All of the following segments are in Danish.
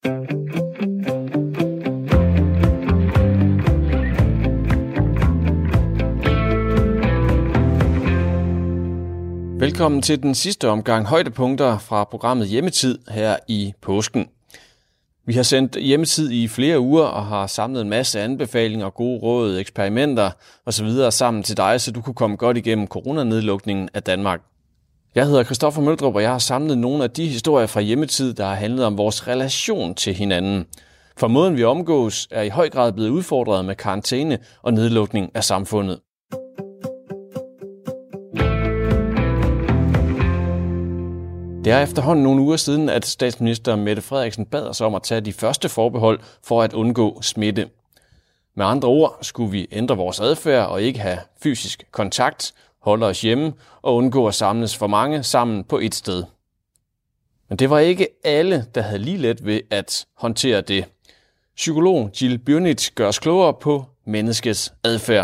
Velkommen til den sidste omgang højdepunkter fra programmet Hjemmetid her i påsken. Vi har sendt Hjemmetid i flere uger og har samlet en masse anbefalinger, gode råd, eksperimenter osv. sammen til dig, så du kunne komme godt igennem coronanedlukningen af Danmark. Jeg hedder Christoffer Møldrup, og jeg har samlet nogle af de historier fra Hjemmetid, der har handlet om vores relation til hinanden. For måden vi omgås er i høj grad blevet udfordret med karantæne og nedlukning af samfundet. Det er efterhånden nogle uger siden, at statsminister Mette Frederiksen bad os om at tage de første forbehold for at undgå smitte. Med andre ord skulle vi ændre vores adfærd og ikke have fysisk kontakt, holde os hjemme og undgå at samles for mange sammen på et sted. Men det var ikke alle, der havde lige let ved at håndtere det. Psykolog Jill Byrnitz gør os klogere på menneskets adfærd.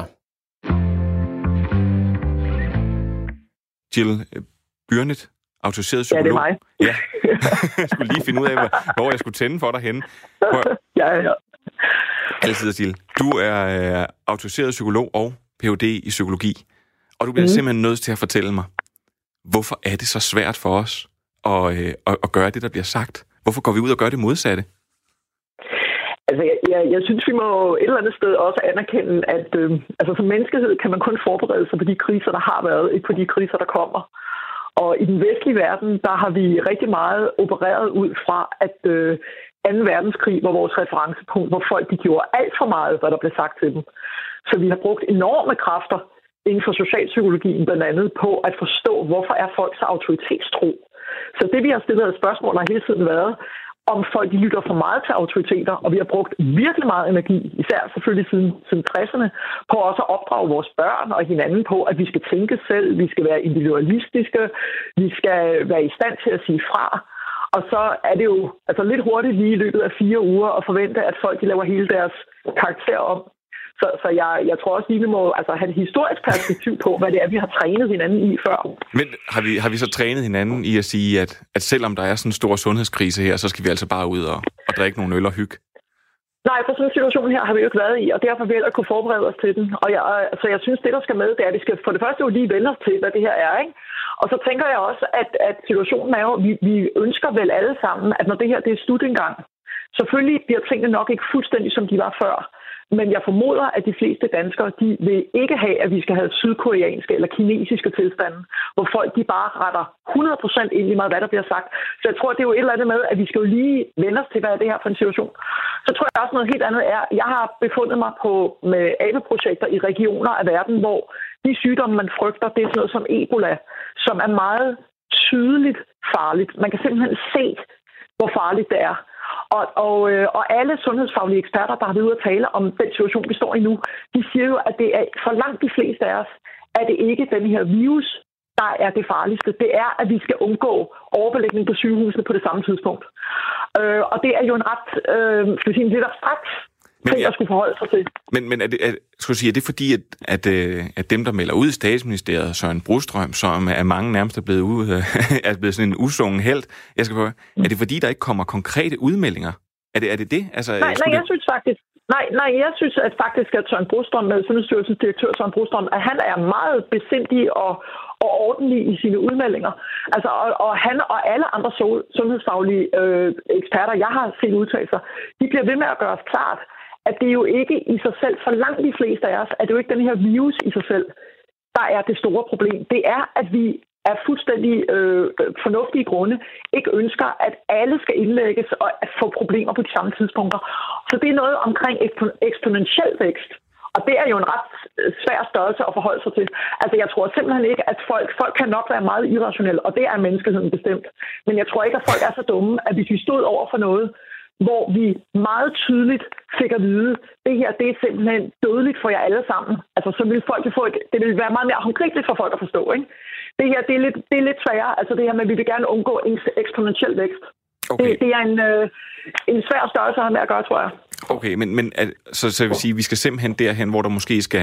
Jill Byrnitz, autoriseret psykolog. Ja, det er mig. Ja, jeg skulle lige finde ud af, hvor jeg skulle tænde for dig henne. Ja. Altid, Jill. Du er autoriseret psykolog og Ph.D. i psykologi. Og du bliver simpelthen nødt til at fortælle mig, hvorfor er det så svært for os at gøre det, der bliver sagt? Hvorfor går vi ud og gør det modsatte? Altså, jeg synes, vi må et eller andet sted også anerkende, at som menneskehed kan man kun forberede sig på de kriser, der har været, ikke på de kriser, der kommer. Og i den vestlige verden, der har vi rigtig meget opereret ud fra, at 2. verdenskrig var vores referencepunkt, hvor folk de gjorde alt for meget, hvad der blev sagt til dem. Så vi har brugt enorme kræfter inden for socialpsykologien blandt andet på at forstå, hvorfor er folk så autoritetstro. Så det, vi har stillet et spørgsmål, har hele tiden været, om folk de lytter for meget til autoriteter, og vi har brugt virkelig meget energi, især selvfølgelig siden 60'erne, på også at opdrage vores børn og hinanden på, at vi skal tænke selv, vi skal være individualistiske, vi skal være i stand til at sige fra. Og så er det jo lidt hurtigt lige i løbet af 4 uger at forvente, at folk de laver hele deres karakter om. Så jeg tror også, at vi må have et historisk perspektiv på, hvad det er, vi har trænet hinanden i før. Men har vi så trænet hinanden i at sige, at selvom der er sådan en stor sundhedskrise her, så skal vi altså bare ud og drikke nogle øl og hygge? Nej, for sådan en situation her har vi jo ikke været i, og derfor vil jeg kunne forberede os til den. Og jeg synes, det der skal med, det er, at vi skal for det første jo lige vende os til, hvad det her er, ikke? Og så tænker jeg også, at situationen er jo, vi ønsker vel alle sammen, at når det her det er slut engang, selvfølgelig bliver tingene nok ikke fuldstændig, som de var før. Men jeg formoder, at de fleste danskere, de vil ikke have, at vi skal have sydkoreanske eller kinesiske tilstande, hvor folk de bare retter 100% ind i meget, hvad der bliver sagt. Så jeg tror, det er jo et eller andet med, at vi skal jo lige vende os til, hvad er det her for en situation. Så tror jeg også noget helt andet er, jeg har befundet mig med abeprojekter i regioner af verden, hvor de sygdomme, man frygter, det er sådan noget som Ebola, som er meget tydeligt farligt. Man kan simpelthen se, hvor farligt det er. Og alle sundhedsfaglige eksperter, der har været ude at tale om den situation, vi står i nu, de siger jo, at det er for langt de fleste af os, at det ikke den her virus, der er det farligste. Det er, at vi skal undgå overbelægning på sygehusene på det samme tidspunkt. Og det er jo en ret, lidt abstrakt ting, jeg skulle forholde sig til. Men er det fordi, at dem, der melder ud i statsministeriet, Søren Brostrøm, som er mange nærmest er blevet sådan en usungen helt, er det fordi, der ikke kommer konkrete udmeldinger? Er det det? Jeg synes faktisk, at Søren Brostrøm, Sundhedsstyrelsens direktør Søren Brostrøm, at han er meget besindig og ordentlig i sine udmeldinger. Og han og alle andre sundhedsfaglige eksperter, jeg har set udtale sig, de bliver ved med at gøre os klart, at det er jo ikke i sig selv, for langt de fleste af os, at det jo ikke den her virus i sig selv, der er det store problem. Det er, at vi af fuldstændig fornuftige grunde ikke ønsker, at alle skal indlægges og få problemer på de samme tidspunkter. Så det er noget omkring eksponentiel vækst. Og det er jo en ret svær størrelse at forholde sig til. Jeg tror simpelthen ikke, at folk kan nok være meget irrationelle, og det er menneskeheden bestemt. Men jeg tror ikke, at folk er så dumme, at hvis vi stod over for noget, hvor vi meget tydeligt fik at vide, det her, det er simpelthen dødeligt for jer alle sammen. Så vil folk få det vil være meget mere håndgribeligt for folk at forstå, ikke? Det her, det er lidt sværere. Det her med, at vi vil gerne undgå en eksponentiel vækst. Okay. Det er en svær størrelse at have med at gøre, tror jeg. Okay, men så vil sige, at vi skal simpelthen derhen, hvor der måske skal...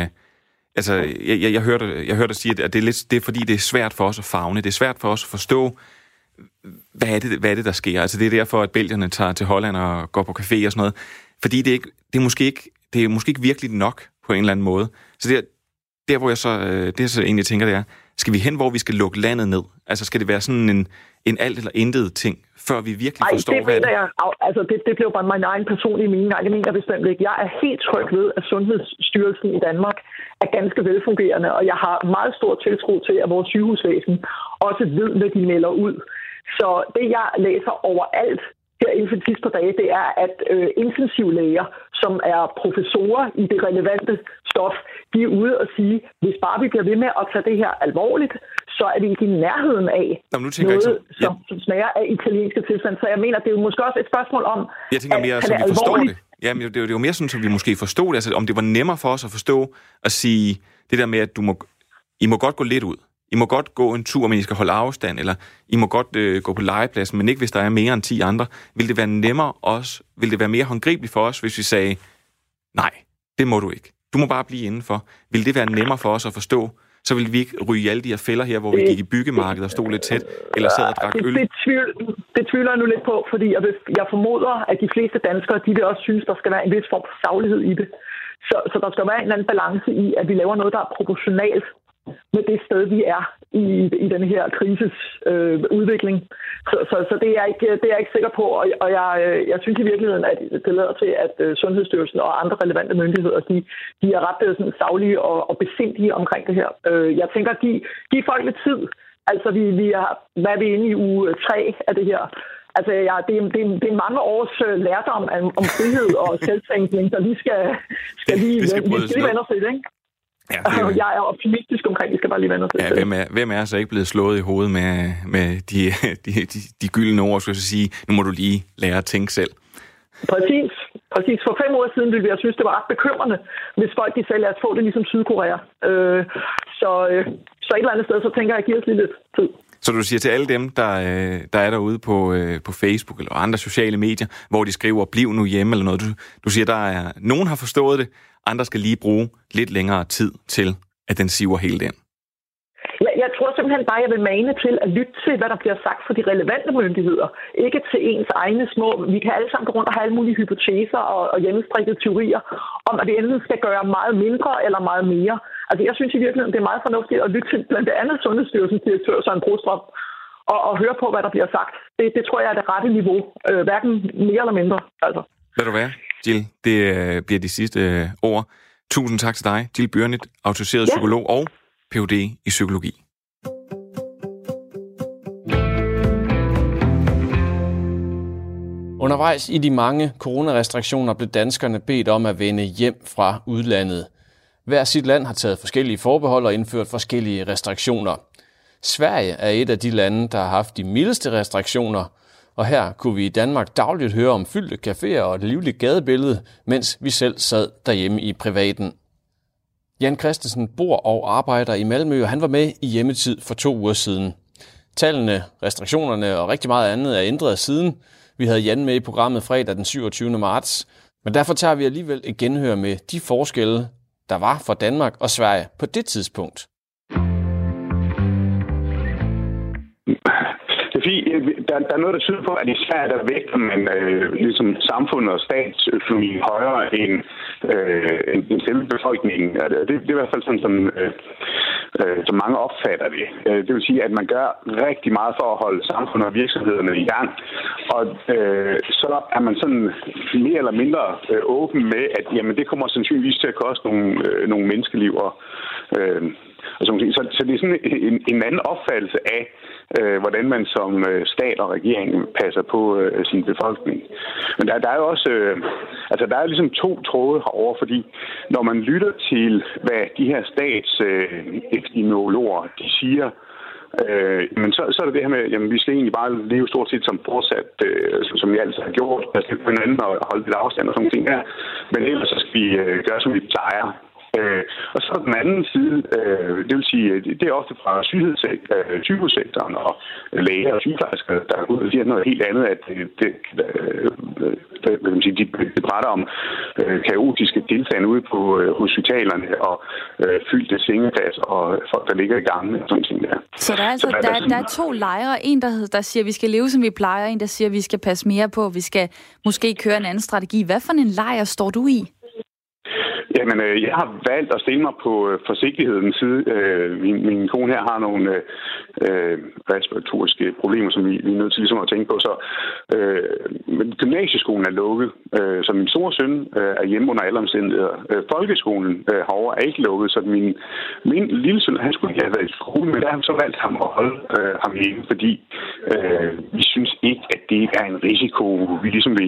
Jeg hørte dig sige, at det er fordi, det er svært for os at favne. Det er svært for os at forstå, hvad er det, der sker? Altså, det er derfor, at belgierne tager til Holland og går på café og sådan noget. Fordi det er måske ikke virkelig nok på en eller anden måde. Så der hvor jeg så egentlig tænker, det er, skal vi hen, hvor vi skal lukke landet ned? Altså, skal det være sådan en alt eller intet ting, før vi virkelig forstår, hvad det er? Altså, det blev bare min egen personlige mening. Jeg mener bestemt ikke. Jeg er helt tryg ved, at Sundhedsstyrelsen i Danmark er ganske velfungerende, og jeg har meget stor tiltro til, at vores sygehusvæsen også ved, hvad de melder ud. Så det, jeg læser overalt her inden for de sidste par dage, det er, at intensivlæger, som er professorer i det relevante stof, de er ude og sige, hvis bare vi bliver ved med at tage det her alvorligt, så er vi ikke i nærheden af noget, som smager af italienske tilstand. Så jeg mener, det er jo måske også et spørgsmål om, jeg tænker mere, så vi forstår det. Jamen, det er jo mere sådan, så vi måske forstår det. Altså, om det var nemmere for os at forstå, at sige det der med, at I må godt gå lidt ud. I må godt gå en tur, men I skal holde afstand, eller I må godt gå på legepladsen, men ikke hvis der er mere end 10 andre. Vil det være nemmere også? Vil det være mere håndgribeligt for os, hvis vi sagde, nej, det må du ikke. Du må bare blive indenfor. Vil det være nemmere for os at forstå? Så ville vi ikke ryge alle de her fælder her, hvor vi gik i byggemarkedet og stod lidt tæt, eller sad og drak øl? Det tvivler jeg nu lidt på, fordi jeg formoder, at de fleste danskere, de vil også synes, der skal være en vis form for saglighed i det. Så der skal være en eller anden balance i, at vi laver noget, der er proportionalt med det sted, vi er i denne her krises udvikling. Så det er jeg ikke sikker på, og jeg synes i virkeligheden, at det lader til, at Sundhedsstyrelsen og andre relevante myndigheder, de er ret sådan saglige og besindige omkring det her. Jeg tænker, giv folk lidt tid. Altså, hvad er vi inde i uge 3 af det her? Altså, det er mange års lærdom om frihed og selvtænkning, der lige skal vende sig, ikke? Ja, jeg er optimistisk omkring, vi skal bare lige vende os til. Ja, hvem er så ikke blevet slået i hovedet med de gyldne ord, skulle jeg sige, nu må du lige lære at tænke selv. Præcis. For 5 år siden ville jeg synes, det var ret bekymrende, hvis folk de sagde, lad os få det ligesom Sydkorea. Så et eller andet sted, så tænker jeg, at giver os lige lidt tid. Så du siger til alle dem, der er derude på Facebook eller andre sociale medier, hvor de skriver, bliv nu hjemme eller noget. Du siger, nogen har forstået det, andre skal lige bruge lidt længere tid til, at den siver helt ind. Jeg tror simpelthen bare, jeg vil mane til at lytte til, hvad der bliver sagt fra de relevante myndigheder. Ikke til ens egne små. Vi kan alle sammen gå rundt og have alle mulige hypoteser og hjemmestrikkede teorier om, at vi enten skal gøre meget mindre eller meget mere. Altså, jeg synes i virkeligheden, det er meget fornuftigt at lytte til blandt andet Sundhedsstyrelsens direktør, Søren Brostrøm, og høre på, hvad der bliver sagt. Det tror jeg er det rette niveau. Hverken mere eller mindre. Altså. Lad du være, Jill. Det bliver de sidste ord. Tusind tak til dig, Jill Bjørnit, autoriseret psykolog og Ph.D. i psykologi. Undervejs i de mange coronarestriktioner blev danskerne bedt om at vende hjem fra udlandet. Hver sit land har taget forskellige forbehold og indført forskellige restriktioner. Sverige er et af de lande, der har haft de mildeste restriktioner, og her kunne vi i Danmark dagligt høre om fyldte caféer og et livligt gadebillede, mens vi selv sad derhjemme i privaten. Jan Christensen bor og arbejder i Malmø, og han var med i Hjemmetid for 2 uger siden. Tallene, restriktionerne og rigtig meget andet er ændret siden. Vi havde Jan med i programmet fredag den 27. marts, men derfor tager vi alligevel et genhør med de forskelle, der var for Danmark og Sverige på det tidspunkt. Der er noget, der tyder på, at i Sverige der vægter man ligesom samfundet og statsøkonomi højere end selve befolkningen. Det er i hvert fald sådan, som mange opfatter det. Det vil sige, at man gør rigtig meget for at holde samfundet og virksomhederne i gang. Og så er man sådan mere eller mindre åben med, at jamen, det kommer sandsynligvis til at koste nogle menneskeliv. Og sådan ting. Så det er sådan en anden opfattelse af, hvordan man som stat og regering passer på sin befolkning. Men der er jo også, der er ligesom 2 tråde herovre, fordi når man lytter til, hvad de her statsepidemiologer de siger, men så er det det her med, jamen vi skal egentlig bare leve stort set som fortsat, som vi altid har gjort, altså på hinanden og holde lidt afstand og sådan ting her. Men ellers så skal vi gøre, som vi plejer. Og så den anden side, det vil sige, det er ofte fra sygehussektoren og læger og sygeplejersker, der er ud og siger noget helt andet, at de beretter om kaotiske tilstand ude på hospitalerne og fyldte sengeplads og folk, der ligger i gangen og sådan ting der. Så der er altså der er to lejre. En, der siger, at vi skal leve, som vi plejer. En, der siger, at vi skal passe mere på. Vi skal måske køre en anden strategi. Hvad for en lejr står du i? Jamen, jeg har valgt at stille mig på forsigtighedens side. Min kone her har nogle respiratoriske problemer, som vi er nødt til ligesom at tænke på. Så gymnasieskolen er lukket, så min store søn er hjemme under alle omstændigheder. Folkeskolen herovre er ikke lukket, så min lille søn, han skulle ikke have været i skole, men der har så valgt ham at holde ham hjemme, fordi vi synes ikke, at det er en risiko, vi ligesom vil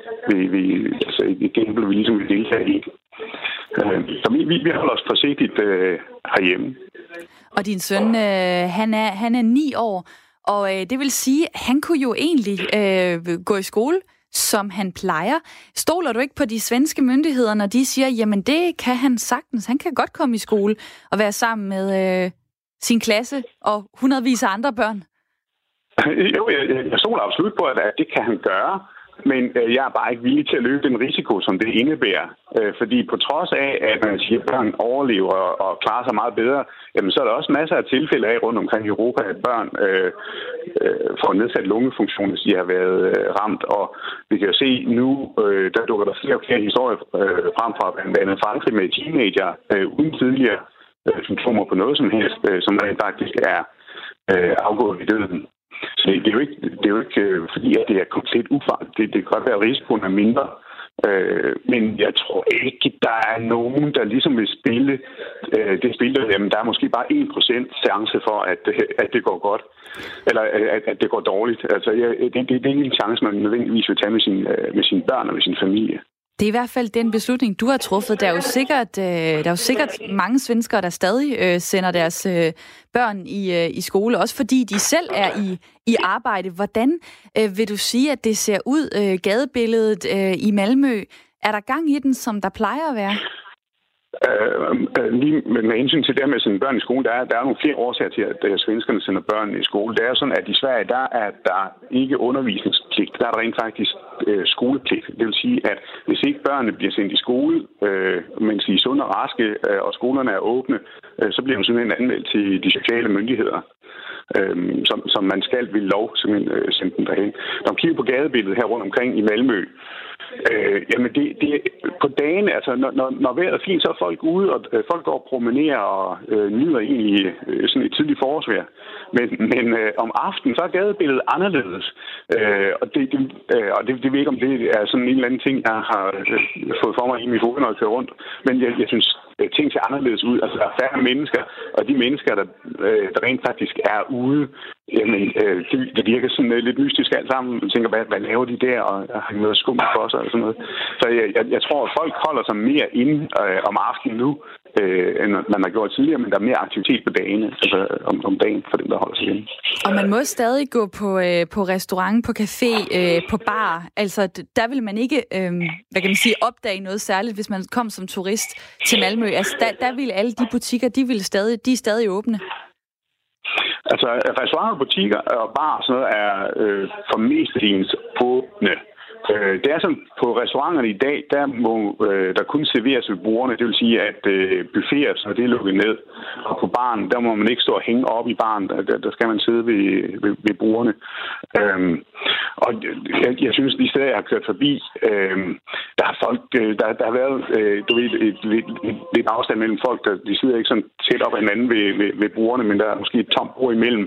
altså et gamble, vi ligesom vil deltage i. Så vi holder os forsigtigt herhjemme. Og din søn, han er 9 år, og det vil sige, at han kunne jo egentlig gå i skole, som han plejer. Stoler du ikke på de svenske myndigheder, når de siger, jamen det kan han sagtens. Han kan godt komme i skole og være sammen med sin klasse og hundredvis af andre børn? Jo, jeg stoler absolut på, at det kan han gøre. Men jeg er bare ikke villig til at løbe den risiko, som det indebærer. Fordi på trods af, at man siger, at børn overlever og klarer sig meget bedre, jamen, så er der også masser af tilfælde af rundt omkring i Europa, at børn får nedsat lungefunktion, hvis de har været ramt. Og vi kan jo se nu, der dukker der flere og flere historier frem fra blandt andet Frankrig med teenager uden tidligere symptomer på noget som helst, som rent faktisk er afgået i døden. Så det er jo ikke fordi, at det er komplet ufarligt. Det kan godt være, at risikoen er mindre. Men jeg tror ikke, der er nogen, der ligesom vil spille det spil, jamen der er måske bare 1% chance for, at det går godt. Eller at det går dårligt. Altså, det er ikke en chance, man nødvendigvis vil tage med sine børn og med sin familie. Det er i hvert fald den beslutning, du har truffet. Der er jo sikkert mange svenskere, der stadig sender deres børn i skole, også fordi de selv er i arbejde. Hvordan vil du sige, at det ser ud, gadebilledet i Malmø? Er der gang i den, som der plejer at være? Lige med hensyn til det med at sende børn i skole, der er nogle flere årsager til, at svenskerne sender børn i skole. Det er sådan, at i Sverige, der er der ikke undervisningspligt. Der er der rent faktisk skolepligt. Det vil sige, at hvis ikke børnene bliver sendt i skole, mens de er sunde og raske, og skolerne er åbne, så bliver de simpelthen anmeldt til de sociale myndigheder. Som man skal ved lov simpelthen sende dem derhen. Når man kigger på gadebilledet her rundt omkring i Malmø, jamen det på dagen, altså når vejret er fint, så er folk ude, og folk går og promenerer og nyder egentlig sådan et tidligt forårsvejr. Men om aftenen, så er gadebilledet anderledes. Og det ved ikke, om det er sådan en eller anden ting, jeg har fået for mig i mit hoved, når jeg kører rundt. Men jeg synes, ting ser anderledes ud. Altså, der er færre mennesker, og de mennesker, der rent faktisk er ude, jamen, det virker sådan lidt mystisk alt sammen. Man tænker, hvad laver de der, og har de noget skummel for sig, og sådan noget. Så jeg tror, at folk holder sig mere inde om aftenen nu, end man har gjort tidligere, men der er mere aktivitet på dagene, altså om dagen for dem, der holder sig inde. Og man må stadig gå på restaurant, på café, på bar. Altså, der vil man ikke, hvad kan man sige, opdage noget særligt, hvis man kom som turist til Malmø. Altså, der vil alle de butikker, de er stadig åbne. Altså, restauranter, butikker og bar og sådan noget er for mestendels åbne. Det er sådan, på restauranterne i dag, der må der kun serveres ved bordene. Det vil sige, at buffeter, så det er lukket ned. Og på baren, der må man ikke stå og hænge op i baren. Der skal man sidde ved bordene. Og jeg synes, de steder, jeg har kørt forbi, der har folk, der har været du ved, lidt afstand mellem folk. De sidder ikke sådan tæt op ad hinanden ved bordene, men der er måske et tomt bord imellem.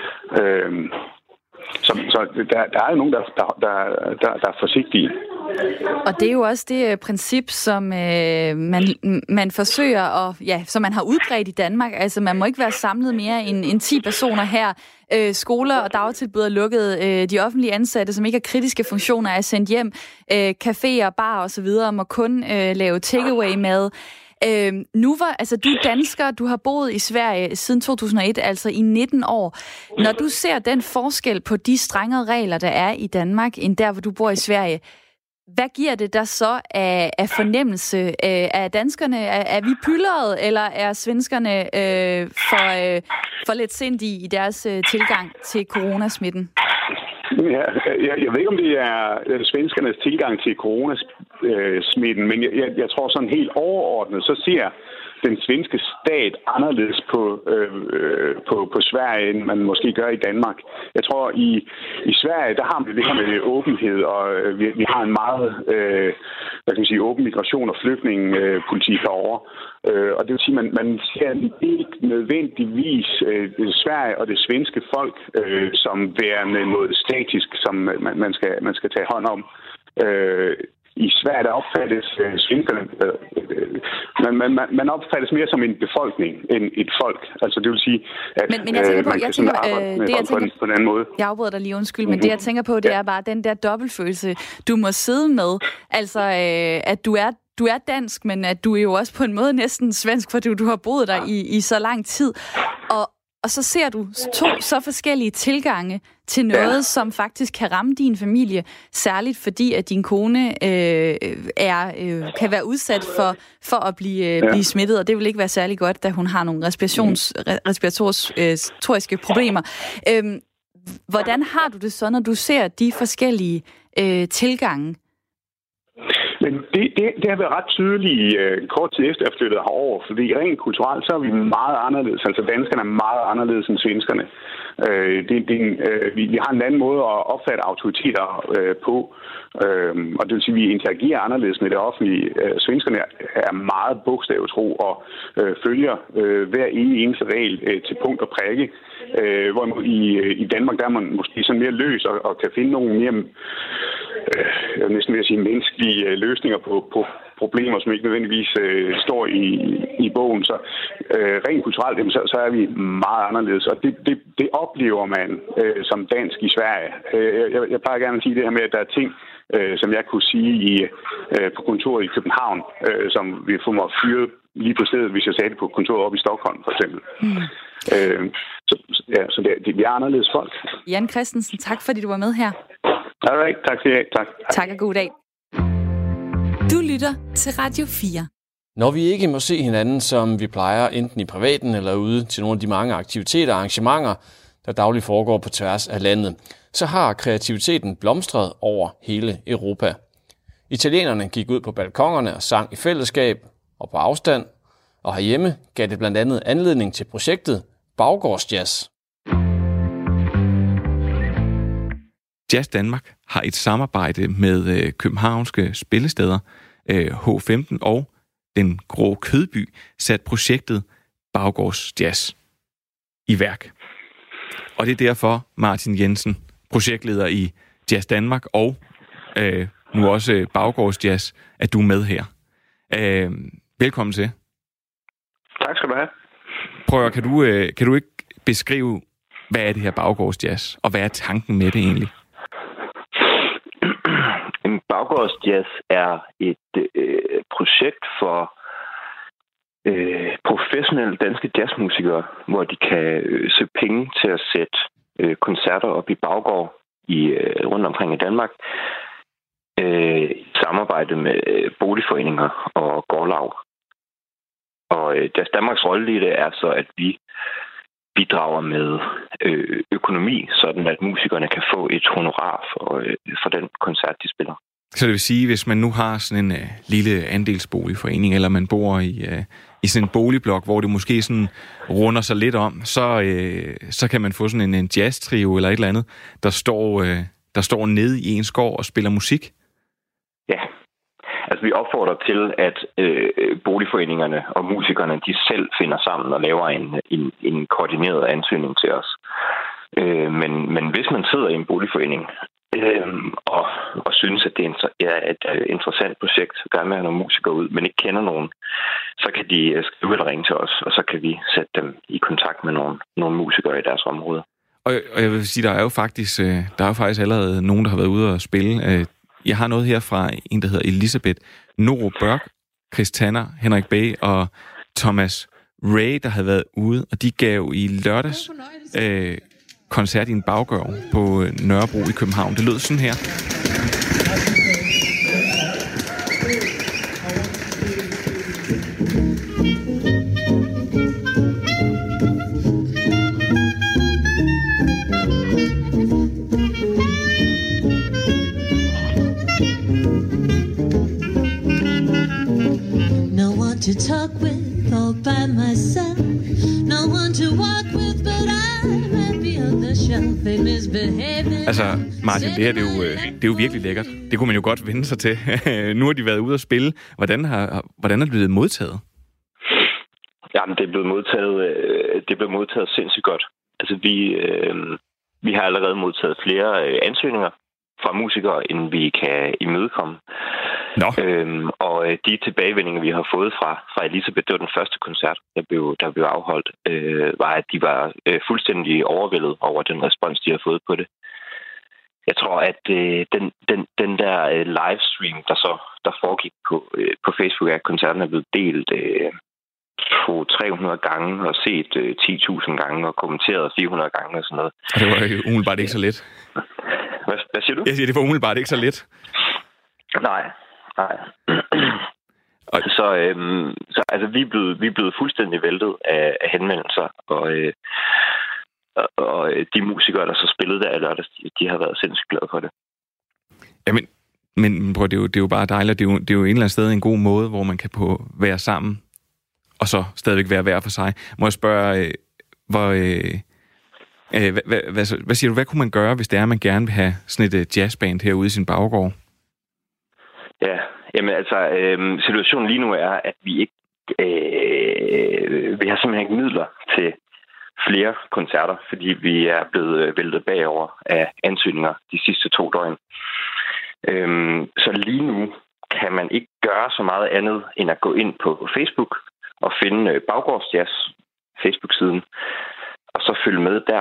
Så der er jo nogen, der er forsigtige. Og det er jo også det princip, som man forsøger som man har udbredt i Danmark. Altså, man må ikke være samlet mere end 10 personer her. Skoler og dagtilbud er lukket. De offentlige ansatte, som ikke har kritiske funktioner, er sendt hjem. Caféer, bar og så videre må kun lave takeaway-mad. Du er dansker, du har boet i Sverige siden 2001, altså i 19 år. Når du ser den forskel på de strengere regler, der er i Danmark, end der, hvor du bor i Sverige, hvad giver det der så af fornemmelse af danskerne? Er vi pyldrede, eller er svenskerne for letsindige i deres tilgang til coronasmitten? Ja, jeg ved ikke, om det er svenskernes tilgang til coronasmitten, men jeg tror sådan helt overordnet, så ser den svenske stat anderledes på Sverige, end man måske gør i Danmark. Jeg tror, i Sverige, der har vi det her med åbenhed, og vi har en meget åben migration og flygtningepolitik herovre. Og det vil sige, at man ser ikke nødvendigvis Sverige og det svenske folk som værende noget statisk, som man skal tage hånd om. I Sverige, der opfattes svenskerne, man opfattes mere som en befolkning end et folk. Altså det vil sige, at men jeg tænker på, man kan arbejde på en anden måde. Jeg afbryder dig lige, undskyld, men det jeg tænker på, det er bare den der dobbeltfølelse, du må sidde med. Altså, at du er dansk, men at du er jo også på en måde næsten svensk, fordi du har boet der i så lang tid. Og så ser du to så forskellige tilgange til noget, som faktisk kan ramme din familie, særligt fordi, at din kone kan være udsat for at blive smittet, og det vil ikke være særlig godt, da hun har nogle respiratoriske problemer. Hvordan har du det så, når du ser de forskellige tilgange? Men det har været ret tydeligt kort tid efter, jeg flyttede herover, fordi rent kulturelt, så er vi meget anderledes. Altså danskerne er meget anderledes end svenskerne. Vi har en anden måde at opfatte autoriteter på, og det vil sige, at vi interagerer anderledes med det offentlige. Svenskerne er meget bogstavtro og følger hver eneste regel til punkt og prikke. Hvor i Danmark, der er man måske sådan mere løs og kan finde nogle mere, næsten vil jeg sige, menneskelige løsninger på problemer, som ikke nødvendigvis står i bogen. Så rent kulturelt, så er vi meget anderledes, og det oplever man som dansk i Sverige. Jeg plejer gerne at sige det her med, at der er ting, som jeg kunne sige på kontoret i København, som vi får mig fyret lige på stedet, hvis jeg sagde det på kontoret oppe i Stockholm, for eksempel. Så det er anderledes folk. Jan Christensen, tak fordi du var med her. Alright, tak skal I have. Tak. Tak og god dag. Du lytter til Radio 4. Når vi ikke må se hinanden, som vi plejer, enten i privaten eller ude til nogle af de mange aktiviteter og arrangementer, der dagligt foregår på tværs af landet, så har kreativiteten blomstret over hele Europa. Italienerne gik ud på balkonerne og sang i fællesskab og på afstand, og herhjemme gav det blandt andet anledning til projektet Baggårdsjazz. Jazz Danmark har et samarbejde med københavnske spillesteder H15 og Den Grå Kødby sat projektet Baggårdsjazz i værk. Og det er derfor Martin Jensen, projektleder i Jazz Danmark og nu også Baggårdsjazz, at du er med her. Velkommen til. Tak skal du have. Prøv, kan du ikke beskrive, hvad er det her Baggårdsjazz, og hvad er tanken med det egentlig? Baggårdsjazz er et projekt for professionelle danske jazzmusikere, hvor de kan søge penge til at sætte koncerter op i baggård rundt omkring i Danmark i samarbejde med boligforeninger og gårdlag. Og Jazz Danmarks rolle i det er så, at vi bidrager med økonomi, sådan at musikerne kan få et honorar for den koncert, de spiller. Så det vil sige, hvis man nu har sådan en lille andelsboligforening, eller man bor i sådan en boligblok, hvor det måske sådan runder sig lidt om, så kan man få sådan en jazztrio eller et eller andet, der står nede i ens gård og spiller musik? Ja. Altså, vi opfordrer til, at boligforeningerne og musikerne, de selv finder sammen og laver en koordineret ansøgning til os. Men hvis man sidder i en boligforening og synes, at det er et interessant projekt, så gerne med at have nogle musikere ud, men ikke kender nogen, så kan de skrive eller ringe til os, og så kan vi sætte dem i kontakt med nogle musikere i deres område. Og jeg vil sige, der er jo faktisk allerede nogen, der har været ude og spille. Jeg har noget her fra en, der hedder Elisabeth Noro Børk, Chris Tanner, Henrik Bay og Thomas Ray, der havde været ude, og de gav i lørdags koncert i en baggård på Nørrebro i København. Det lød sådan her. to talk with all by myself. No one to walk with, but I'm happy on the shelf and misbehaving. Altså, Martin, det her det er jo virkelig lækkert. Det kunne man jo godt vende sig til. Nu har de været ude at spille. Hvordan er det blevet modtaget? Jamen, det er blevet modtaget sindssygt godt. Altså, vi har allerede modtaget flere ansøgninger fra musikere, end vi kan imødekomme. Nå. Og de tilbagevendinger, vi har fået fra Elisabeth, det var den første koncert, der blev afholdt, var, at de var fuldstændig overvældet over den respons, de har fået på det. Jeg tror, at den der livestream, der foregik på Facebook, at koncerten er blevet delt 300 gange og set 10.000 gange og kommenteret 400 gange og sådan noget. Og det var jo umiddelbart ikke så let. Hvad siger du? Jeg siger, det var umiddelbart ikke så let. Nej. Så altså, vi er blevet fuldstændig væltet af henvendelser, og de musikere, der så spillede der lørdag, de har været sindssygt glade for det. Jamen, men prøv, det er jo bare dejligt. Det er jo en eller anden sted en god måde, hvor man kan være sammen, og så stadigvæk være hver for sig. Må jeg spørge, hvad siger du, hvad kunne man gøre, hvis det er, man gerne vil have sådan et jazzband herude i sin baggård? Ja, jamen altså, situationen lige nu er, at vi ikke, vi har simpelthen ikke midler til flere koncerter, fordi vi er blevet væltet bagover af ansøgninger de sidste 2 døgn. Så lige nu kan man ikke gøre så meget andet, end at gå ind på Facebook og finde Baggårdsjazz Facebook-siden, og så følge med der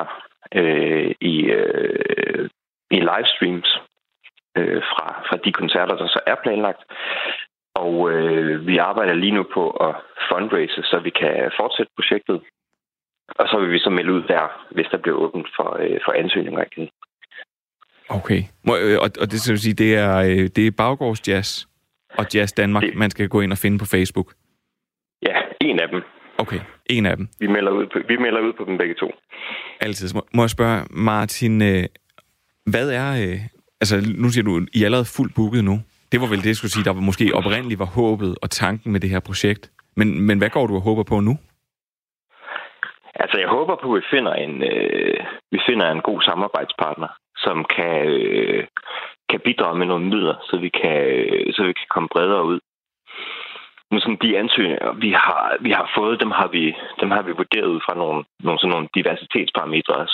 i livestreams fra de koncerter, der så er planlagt. Og vi arbejder lige nu på at fundraise, så vi kan fortsætte projektet. Og så vil vi så melde ud der, hvis der bliver åbent for ansøgninger igen. Okay. Og det skal sige, det er Baggårdsjazz og Jazz Danmark, man skal gå ind og finde på Facebook? Ja, en af dem. Okay, en af dem. Vi melder ud på dem begge to. Altid. Må jeg spørge, Martin, hvad er... altså, nu siger du, I er allerede fuldt booket nu. Det var vel det, jeg skulle sige, der måske oprindeligt var håbet og tanken med det her projekt. Men hvad går du og håber på nu? Altså, jeg håber på, at vi finder en god samarbejdspartner, som kan bidrage med nogle midler, så vi kan komme bredere ud. Nu sådan de ansøgninger, vi har fået, dem har vi vurderet ud fra nogle diversitetsparametre,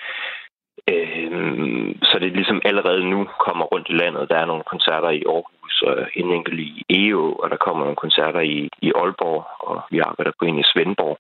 så det ligesom allerede nu kommer rundt i landet. Der er nogle koncerter i Aarhus og en enkelt i EO, og der kommer nogle koncerter i Aalborg, og vi arbejder på en i Svendborg.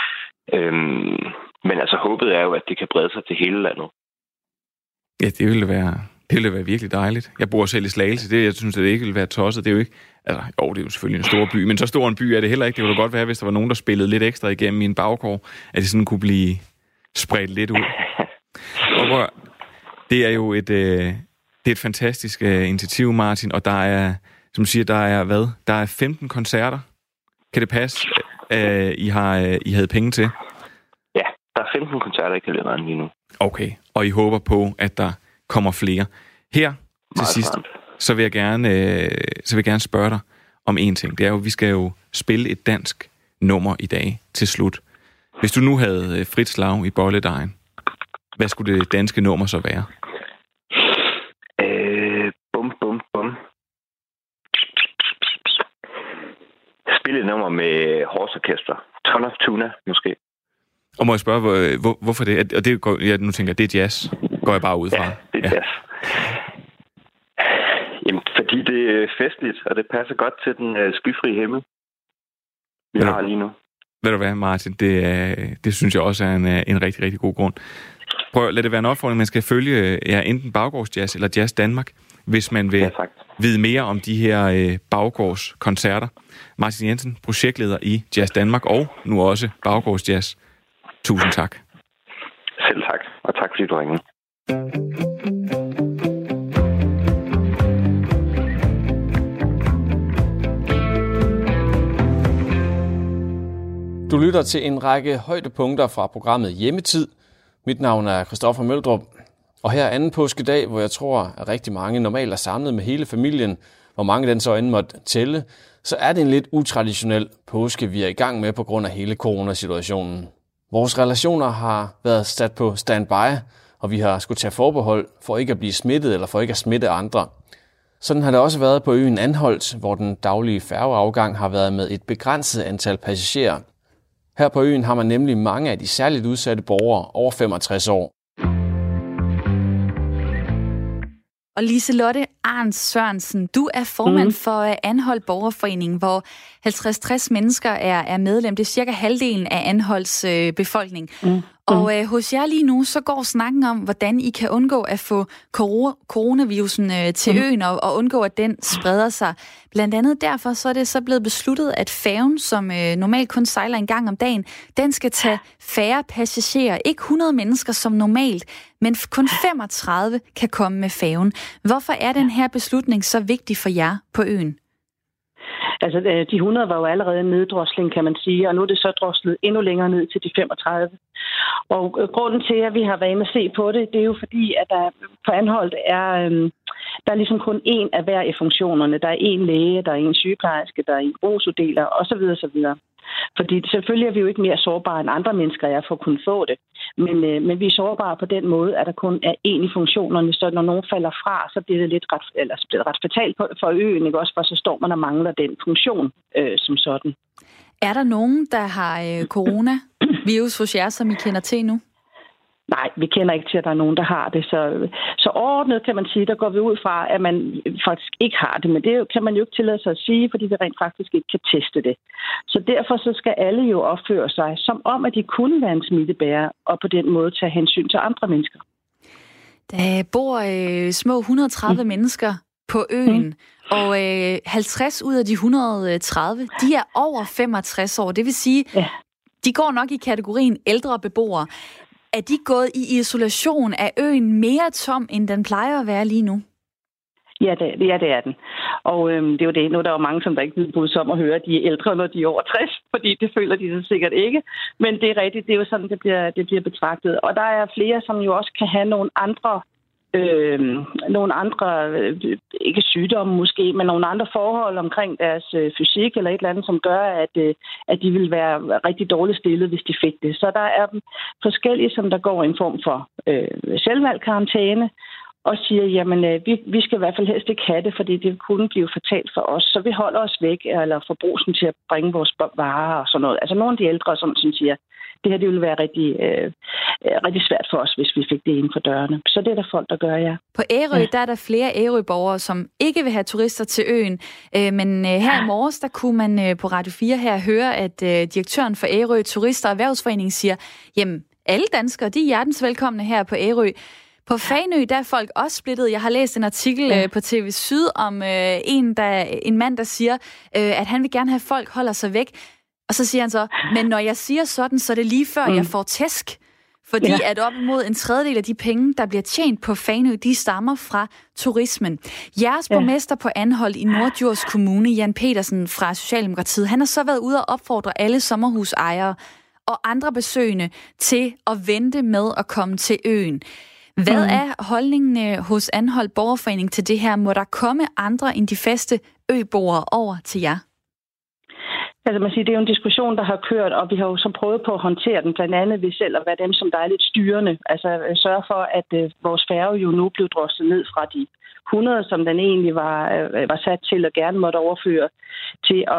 Men altså håbet er jo, at det kan brede sig til hele landet. Ja, det ville være virkelig dejligt. Jeg bor selv i Slagelse. Jeg synes, at det ikke ville være tosset. Det er jo ikke... Altså, det er jo selvfølgelig en stor by, men så stor en by er det heller ikke. Det ville godt være, hvis der var nogen, der spillede lidt ekstra igennem i en baggård, at det sådan kunne blive spredt lidt ud. Og det er jo et fantastisk initiativ, Martin, og der er, som du siger, der er 15 koncerter. Kan det passe, I havde penge til? Ja, der er 15 koncerter i kalenderen lige nu. Okay, og I håber på, at der kommer flere. Her til sidst, så vil jeg gerne spørge dig om en ting. Det er jo, vi skal jo spille et dansk nummer i dag til slut. Hvis du nu havde frit slag i bolledejen, hvad skulle det danske nummer så være? Bum. Spille et nummer med Horse Orchestra. Ton of Tuna, måske. Og må jeg spørge, hvorfor det? Og det går, nu tænker jeg, det er jazz. Går jeg bare ud fra? Ja, det er jazz. Jamen, fordi det er festligt, og det passer godt til den skyfri himmel, vi har lige nu. Ved du hvad, Martin? Det synes jeg også er en rigtig, rigtig god grund. Prøv at lade det være en opfordring. Man skal følge enten Baggårdsjazz eller Jazz Danmark, hvis man vil vide mere om de her baggårdskoncerter. Martin Jensen, projektleder i Jazz Danmark og nu også Baggårdsjazz. Tusind tak. Selv tak, og tak fordi du ringede. Du lytter til en række højdepunkter fra programmet Hjemmetid. Mit navn er Christoffer Møldrup, og her anden påskedag, hvor jeg tror, at rigtig mange normalt er samlet med hele familien, hvor mange den så end måtte tælle, så er det en lidt utraditionel påske, vi er i gang med på grund af hele coronasituationen. Vores relationer har været sat på standby, og vi har skulle tage forbehold for ikke at blive smittet eller for ikke at smitte andre. Sådan har det også været på øen Anholt, hvor den daglige færgeafgang har været med et begrænset antal passagerer. Her på øen har man nemlig mange af de særligt udsatte borgere over 65 år. Og Liselotte Arns Sørensen, du er formand for Anholt Borgerforening, hvor 50-60 mennesker er medlem. Det er cirka halvdelen af Anholts befolkning. Og hos jer lige nu, så går snakken om, hvordan I kan undgå at få coronavirusen til øen og undgå, at den spreder sig. Blandt andet derfor så er det så blevet besluttet, at færgen, som normalt kun sejler en gang om dagen, den skal tage færre passagerer. Ikke 100 mennesker som normalt, men kun 35 kan komme med færgen. Hvorfor er den her beslutning så vigtig for jer på øen? Altså, de 100 var jo allerede en neddrosling, kan man sige, og nu er det så droslet endnu længere ned til de 35. Og grunden til, at vi har været inde at se på det, det er jo fordi, at der på Anholt der er ligesom kun én af hver i funktionerne. Der er én læge, der er én sygeplejerske, der er én brugsuddeler, osv. osv. Fordi selvfølgelig er vi jo ikke mere sårbare end andre mennesker er for at kunne få det. Men vi er sårbare på den måde, at der kun er én i funktionerne, så når nogen falder fra, så bliver det lidt ret fatalt for øen, ikke også? For så står man og mangler den funktion som sådan. Er der nogen, der har coronavirus hos jer, som I kender til nu? Nej, vi kender ikke til, at der er nogen, der har det. Så overordnet kan man sige, der går vi ud fra, at man faktisk ikke har det. Men det kan man jo ikke tillade sig at sige, fordi vi rent faktisk ikke kan teste det. Så derfor så skal alle jo opføre sig, som om at de kunne være en smittebærer, og på den måde tage hensyn til andre mennesker. Der bor små 130 mennesker på øen, og 50 ud af de 130, de er over 65 år. Det vil sige, de går nok i kategorien ældre beboere. Er de gået i isolation? Er øen mere tom, end den plejer at være lige nu? Ja, det er den. Og det er jo det. Nu er der jo mange, som der ikke vil bryde sig om at høre, at de er ældre, når de er over 60, fordi det føler de så sikkert ikke. Men det er rigtigt. Det er jo sådan, det bliver betragtet. Og der er flere, som jo også kan have nogle andre, ikke sygdomme måske, men nogle andre forhold omkring deres fysik eller et eller andet, som gør, at de vil være rigtig dårligt stillet, hvis de fik det. Så der er forskellige, som der går en form for selvvalgt karantæne, og siger, jamen, vi skal i hvert fald helst ikke have det, fordi det kunne blive fatalt for os. Så vi holder os væk, eller får brugsen til at bringe vores varer og sådan noget. Altså nogle af de ældre, som siger, det her det ville være rigtig svært for os, hvis vi fik det inden for dørene. Så det er der folk, der gør, ja. På Ærø, der er der flere Ærø-borgere, som ikke vil have turister til øen. Men her i morges, der kunne man på Radio 4 her høre, at direktøren for Ærø Turister- og Erhvervsforening siger, jamen, alle danskere, de er hjertens velkomne her på Ærø. På Fanø, der er folk også splittet. Jeg har læst en artikel på TV Syd om en mand, der siger, at han vil gerne have, at folk holder sig væk. Og så siger han så, men når jeg siger sådan, så er det lige før, jeg får tæsk. Fordi at op imod en tredjedel af de penge, der bliver tjent på Fanø, de stammer fra turismen. Jeres borgmester på Anholt i Norddjurs Kommune, Jan Petersen fra Socialdemokratiet, han har så været ude og opfordre alle sommerhusejere og andre besøgende til at vente med at komme til øen. Hvad er holdningen hos Anholt Borgerforening til det her? Må der komme andre end de faste øboere over til jer? Altså man siger, det er jo en diskussion, der har kørt, og vi har jo så prøvet på at håndtere den, blandt andet ved selv at være dem, som der er lidt styrende. Altså sørge for, at vores færge jo nu blev droslet ned fra de 100, som den egentlig var sat til og gerne måtte overføre til at,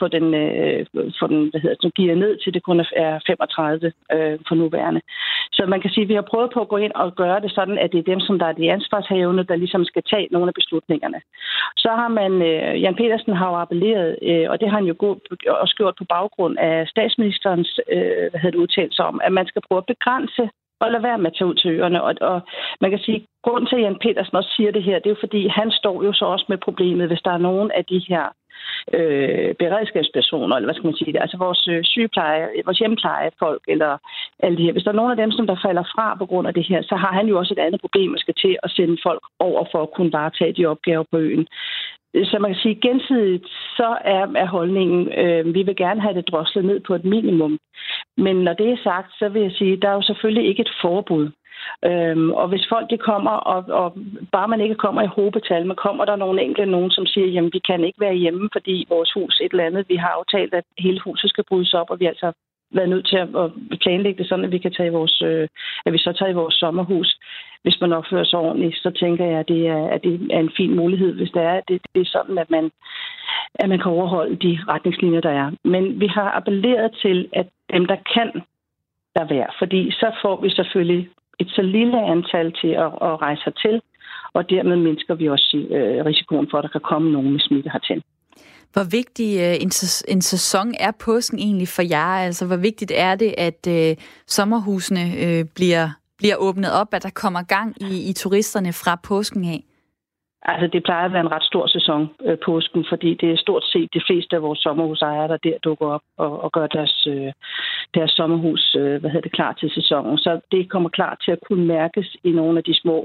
give ned til det kun er 35 for nuværende. Så man kan sige, at vi har prøvet på at gå ind og gøre det sådan, at det er dem, som der er de ansvarshavende, der ligesom skal tage nogle af beslutningerne. Så har man, Jan Petersen har jo appelleret, og det har han jo også gjort på baggrund af statsministerens udtalelser om, at man skal prøve at begrænse og lade være med at tage ud til øerne. Og man kan sige, at grunden til, at Jan Petersen også siger det her, det er jo fordi, han står jo så også med problemet, hvis der er nogen af de her beredskabspersoner, eller hvad skal man sige det, altså vores hjemmeplejefolk, eller alle de her. Hvis der er nogen af dem, som der falder fra på grund af det her, så har han jo også et andet problem, at skal til at sende folk over for at kunne varetage de opgaver på øen. Så man kan sige, gensidigt så er holdningen, vi vil gerne have det droslet ned på et minimum. Men når det er sagt, så vil jeg sige, at der er jo selvfølgelig ikke et forbud. Og hvis folk de kommer, og bare man ikke kommer i hobetal, men kommer der nogle enkelte nogen, som siger, jamen vi kan ikke være hjemme, fordi vores hus et eller andet, vi har aftalt, at hele huset skal brydes op, og vi altså været nødt til at planlægge det sådan, at vi kan tage at vi så tager i vores sommerhus. Hvis man opfører sig ordentligt, så tænker jeg, at det er en fin mulighed, hvis det er. Det er sådan, at man kan overholde de retningslinjer, der er. Men vi har appelleret til, at dem, der kan, der være. Fordi så får vi selvfølgelig et så lille antal til at rejse hertil, og dermed mindsker vi også risikoen for, at der kan komme nogen med smitte hertil. Hvor vigtig en sæson er påsken egentlig for jer? Altså, hvor vigtigt er det, at sommerhusene bliver åbnet op, at der kommer gang i turisterne fra påsken af? Altså, det plejer at være en ret stor sæson, påsken, fordi det er stort set de fleste af vores sommerhusejere, der der dukker op og gør deres sommerhus klar til sæsonen. Så det kommer klar til at kunne mærkes i nogle af de små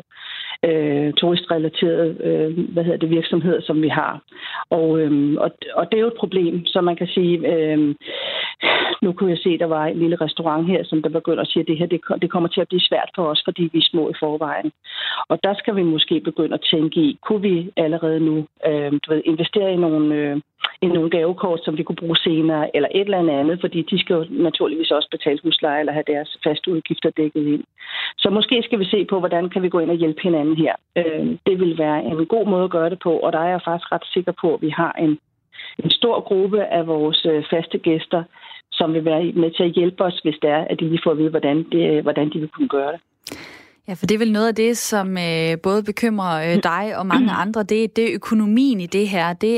turistrelaterede virksomheder, som vi har. Og det er jo et problem, så man kan sige, nu kunne jeg se, at der var en lille restaurant her, som der begynder at sige, at det her det kommer til at blive svært for os, fordi vi er små i forvejen. Og der skal vi måske begynde at tænke i, kunne vi allerede nu investere i nogle gavekort, som vi kunne bruge senere, eller et eller andet, fordi de skal jo naturligvis også betale husleje eller have deres faste udgifter dækket ind. Så måske skal vi se på, hvordan kan vi gå ind og hjælpe hinanden her. Det vil være en god måde at gøre det på, og der er jeg faktisk ret sikker på, at vi har en stor gruppe af vores faste gæster, som vil være med til at hjælpe os, hvis det er, at de lige får at vide, hvordan de vil kunne gøre det. Ja, for det er vel noget af det, som både bekymrer dig og mange andre. Det er økonomien i det her. Det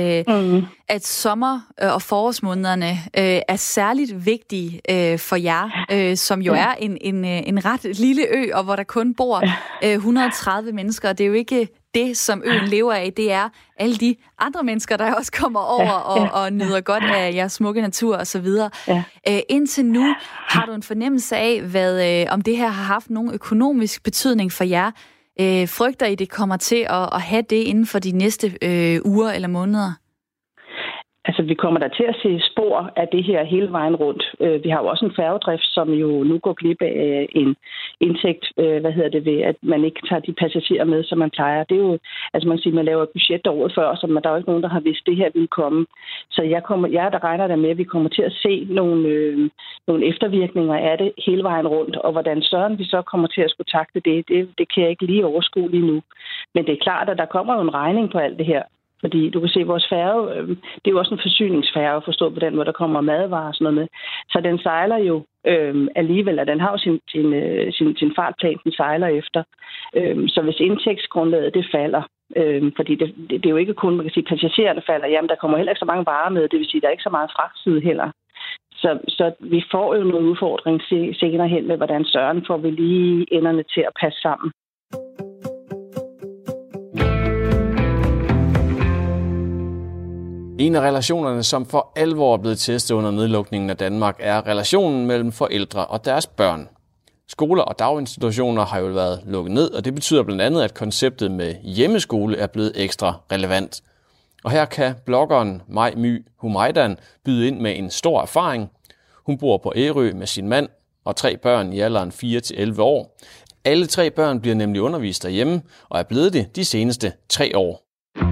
at sommer- og forårsmånederne er særligt vigtige for jer, som jo er en ret lille ø, og hvor der kun bor 130 mennesker. Det er jo ikke det, som øen lever af. Det er alle de andre mennesker, der også kommer over og nyder godt af jeres smukke natur osv. Ja. Indtil nu har du en fornemmelse af, om det her har haft nogen økonomisk betydning for jer. Frygter I, det kommer til at have det inden for de næste uger eller måneder? Altså, vi kommer der til at se spor af det her hele vejen rundt. Vi har jo også en færgedrift, som jo nu går glip af en indtægt, ved at man ikke tager de passagerer med, som man plejer. Det er jo, altså man kan sige, man laver et budget året før, så der er jo ikke nogen, der har vidst, det her ville komme. Så der regner der med, at vi kommer til at se nogle eftervirkninger af det hele vejen rundt, og hvordan søren vi så kommer til at skulle takle det kan jeg ikke lige overskue lige nu. Men det er klart, at der kommer jo en regning på alt det her. Fordi du kan se, at vores færge, det er jo også en forsyningsfærge, forstået på den måde, der kommer madvarer og sådan noget med. Så den sejler jo alligevel, og den har jo sin fartplan, den sejler efter. Så hvis indtægtsgrundlaget det falder, fordi det er jo ikke kun, man kan sige, passagererne falder, jamen der kommer heller ikke så mange varer med, det vil sige, der er ikke så meget fragtside heller. Så vi får jo noget udfordring senere hen med, hvordan søren får vi lige enderne til at passe sammen. En af relationerne, som for alvor er blevet testet under nedlukningen af Danmark, er relationen mellem forældre og deres børn. Skoler og daginstitutioner har jo været lukket ned, og det betyder blandt andet, at konceptet med hjemmeskole er blevet ekstra relevant. Og her kan bloggeren Mai My Humaydan byde ind med en stor erfaring. Hun bor på Ærø med sin mand og 3 børn i alderen 4-11 år. Alle 3 børn bliver nemlig undervist derhjemme og er blevet det de seneste 3 år.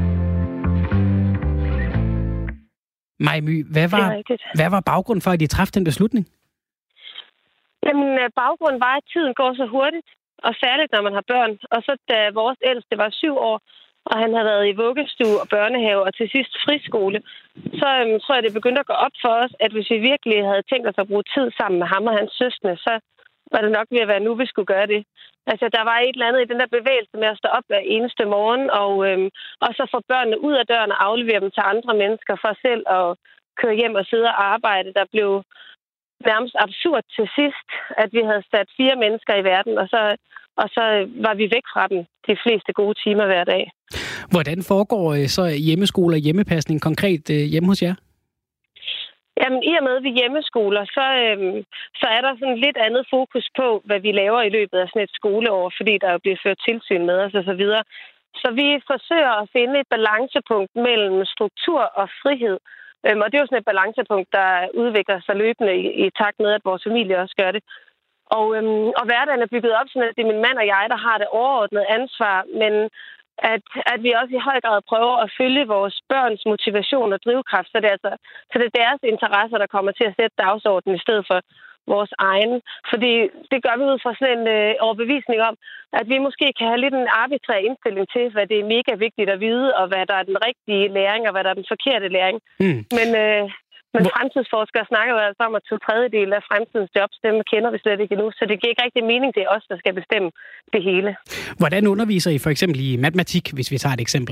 Mai My, hvad var baggrunden for, at I træffede den beslutning? Jamen, baggrunden var, at tiden går så hurtigt, og særligt, når man har børn. Og så da vores ældste var 7 år, og han havde været i vuggestue og børnehave og til sidst friskole, så tror jeg, det begyndte at gå op for os, at hvis vi virkelig havde tænkt os at bruge tid sammen med ham og hans søskende, så var det nok ved at være nu, vi skulle gøre det. Altså, der var et eller andet i den der bevægelse med at stå op hver eneste morgen, og så få børnene ud af døren og aflevere dem til andre mennesker for selv at køre hjem og sidde og arbejde. Der blev nærmest absurd til sidst, at vi havde sat 4 mennesker i verden, og så var vi væk fra dem de fleste gode timer hver dag. Hvordan foregår så hjemmeskole og hjemmepasning konkret hjemme hos jer? Jamen, i og med, at vi hjemmeskoler, så er der sådan lidt andet fokus på, hvad vi laver i løbet af sådan et skoleår, fordi der jo bliver ført tilsyn med os og så videre. Så vi forsøger at finde et balancepunkt mellem struktur og frihed. Og det er jo sådan et balancepunkt, der udvikler sig løbende i takt med, at vores familie også gør det. Og hverdagen er bygget op sådan, at det er min mand og jeg, der har det overordnede ansvar, men at vi også i høj grad prøver at følge vores børns motivation og drivkraft, så det er deres interesser, der kommer til at sætte dagsordenen i stedet for vores egen. Fordi det gør vi ud fra sådan en overbevisning om, at vi måske kan have lidt en arbitrær indstilling til, hvad det er mega vigtigt at vide, og hvad der er den rigtige læring, og hvad der er den forkerte læring. Men fremtidsforskere snakker jo altså om, at 2/3 af fremtidens jobs, dem kender vi slet ikke endnu. Så det giver ikke rigtig mening, det er os, der skal bestemme det hele. Hvordan underviser I for eksempel i matematik, hvis vi tager et eksempel?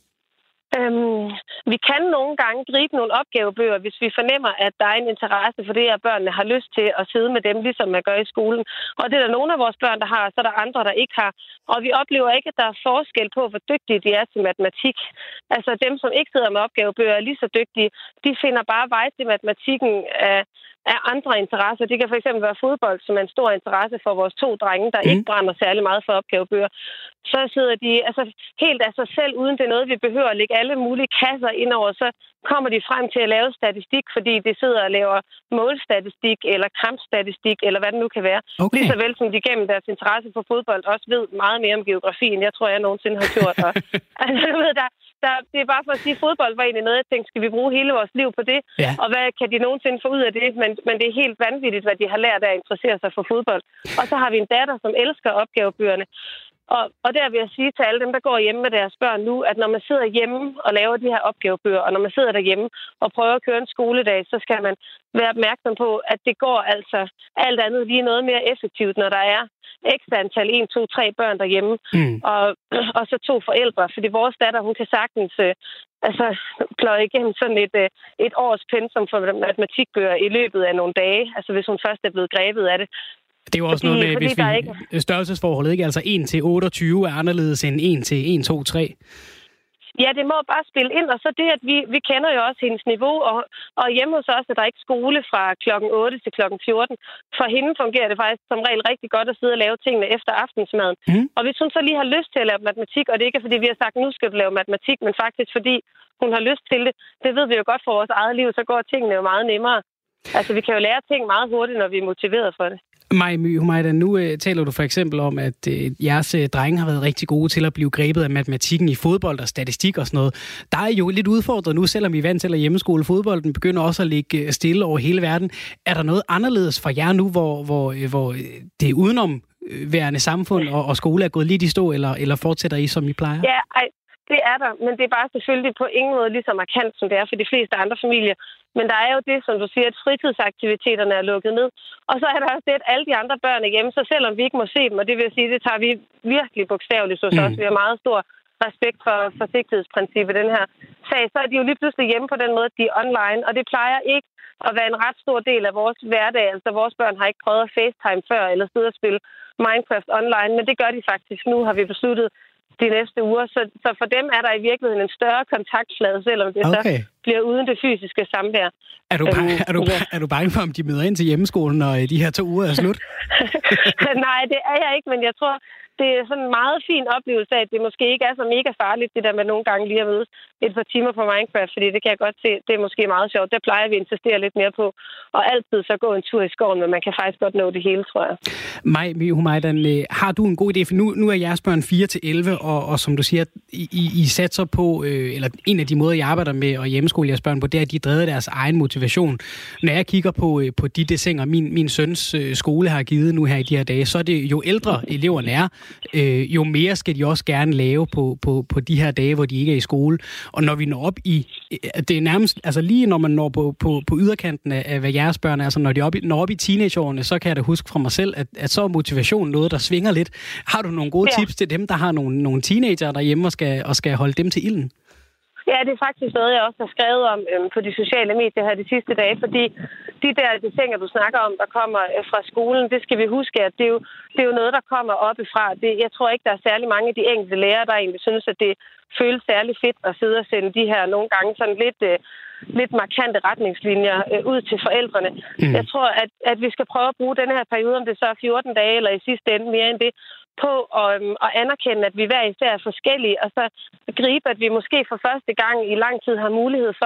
Vi kan nogle gange gribe nogle opgavebøger, hvis vi fornemmer, at der er en interesse for det, at børnene har lyst til at sidde med dem, ligesom man gør i skolen. Og det er der nogle af vores børn, der har, og så er der andre, der ikke har. Og vi oplever ikke, at der er forskel på, hvor dygtige de er til matematik. Altså dem, som ikke sidder med opgavebøger, er lige så dygtige. De finder bare vej til matematikken af andre interesser. Det kan for eksempel være fodbold, som er en stor interesse for vores 2 drenge, der ikke brænder særlig meget for opgavebøger. Så sidder de helt af sig selv, uden det er noget, vi behøver at lægge alle mulige kasser ind over, så kommer de frem til at lave statistik, fordi de sidder og laver målstatistik eller kampstatistik, eller hvad det nu kan være. Okay. Lige så vel som de gennem deres interesse for fodbold også ved meget mere om geografi, end jeg tror, jeg nogensinde har gjort. Det er bare for at sige, at fodbold var egentlig noget, jeg tænkte, skal vi bruge hele vores liv på det? Ja. Og hvad kan de nogensinde få ud af det? Men det er helt vanvittigt, hvad de har lært af at interessere sig for fodbold. Og så har vi en datter, som elsker opgavebøgerne. Og der vil jeg sige til alle dem, der går hjemme med deres børn nu, at når man sidder hjemme og laver de her opgavebøger, og når man sidder derhjemme og prøver at køre en skoledag, så skal man være opmærksom på, at det går altså alt andet lige noget mere effektivt, når der er ekstra antal 1, 2, 3 børn derhjemme, og så 2 forældre. Fordi vores datter, hun kan sagtens pløje igennem sådan et års pensum for matematikbøger i løbet af nogle dage, altså hvis hun først er blevet grebet af det. Det er jo også noget med, hvis vi størrelsesforholdet, ikke? Altså 1/28 er anderledes end 1/123. Ja, det må bare spille ind, og så det, at vi kender jo også hendes niveau, og hjemme hos os er der ikke skole fra klokken 8 til klokken 14. For hende fungerer det faktisk som regel rigtig godt at sidde og lave tingene efter aftensmaden. Og hvis hun så lige har lyst til at lave matematik, og det ikke er fordi, vi har sagt, nu skal du lave matematik, men faktisk fordi hun har lyst til det, det ved vi jo godt for vores eget liv, så går tingene jo meget nemmere. Altså, vi kan jo lære ting meget hurtigt, når vi er motiveret for det. Maj My Humaydan, nu taler du for eksempel om, at jeres drenge har været rigtig gode til at blive grebet af matematikken i fodbold og statistik og sådan noget. Der er jo lidt udfordret nu, selvom vi er vant til at hjemmeskole. Fodbolden begynder også at ligge stille over hele verden. Er der noget anderledes for jer nu, hvor det er udenomværende samfund og skole er gået lidt i stå, eller fortsætter I, som I plejer? Ja, det er der, men det er bare selvfølgelig på ingen måde lige så markant, som det er for de fleste andre familier. Men der er jo det, som du siger, at fritidsaktiviteterne er lukket ned. Og så er der også det, at alle de andre børn er hjemme, så selvom vi ikke må se dem, og det vil sige, det tager vi virkelig bogstaveligt hos os. Vi har meget stor respekt for forsigtighedsprincippet i den her sag. Så er de jo lige pludselig hjemme på den måde, at de er online, og det plejer ikke at være en ret stor del af vores hverdag. Altså vores børn har ikke prøvet at FaceTime før, eller sidde og spille Minecraft online, men det gør de faktisk nu, har vi besluttet de næste uger. Så for dem er der i virkeligheden en større kontaktflade, selvom det så bliver uden det fysiske samvær. Er du bange for, om de møder ind til hjemmeskolen, når de her 2 uger er slut? Nej, det er jeg ikke, men jeg tror, det er sådan en meget fin oplevelse af, at det måske ikke er så mega farligt, det der med nogle gange lige at mødes et par timer på Minecraft, fordi det kan jeg godt se, det er måske meget sjovt. Der plejer vi at insistere lidt mere på, og altid så gå en tur i skoven, men man kan faktisk godt nå det hele, tror jeg. Maj My Humaydan, har du en god idé? For nu er jeres børn 4-11, og som du siger, I satser på, eller en af de måder, jeg arbejder med at hjemmeskole jeres børn på, det er, at de drevet deres egen motivation. Når jeg kigger på de desinger, min søns skole har givet nu her i de her dage, så er det jo ældre eleverne er, jo mere skal de også gerne lave på de her dage, hvor de ikke er i skole. Og når vi når op i, det er nærmest, altså lige når man når på yderkanten af hvad jeres børn er, altså når de når op i teenageårene, så kan jeg da huske fra mig selv, at så er motivation noget, der svinger lidt. Har du nogle gode tips til dem, der har nogle teenager derhjemme og skal holde dem til ilden? Ja, det er faktisk noget, jeg også har skrevet om på de sociale medier her de sidste dage, fordi de desinger, du snakker om, der kommer fra skolen, det skal vi huske, at det er jo noget, der kommer oppefra. Jeg tror ikke, der er særlig mange af de enkelte lærere, der egentlig synes, at det føles særlig fedt at sidde og sende de her nogle gange sådan lidt markante retningslinjer ud til forældrene. Jeg tror, at vi skal prøve at bruge den her periode, om det så er 14 dage eller i sidste ende mere end det, på at anerkende, at vi hver især er forskellige, og så gribe, at vi måske for første gang i lang tid har mulighed for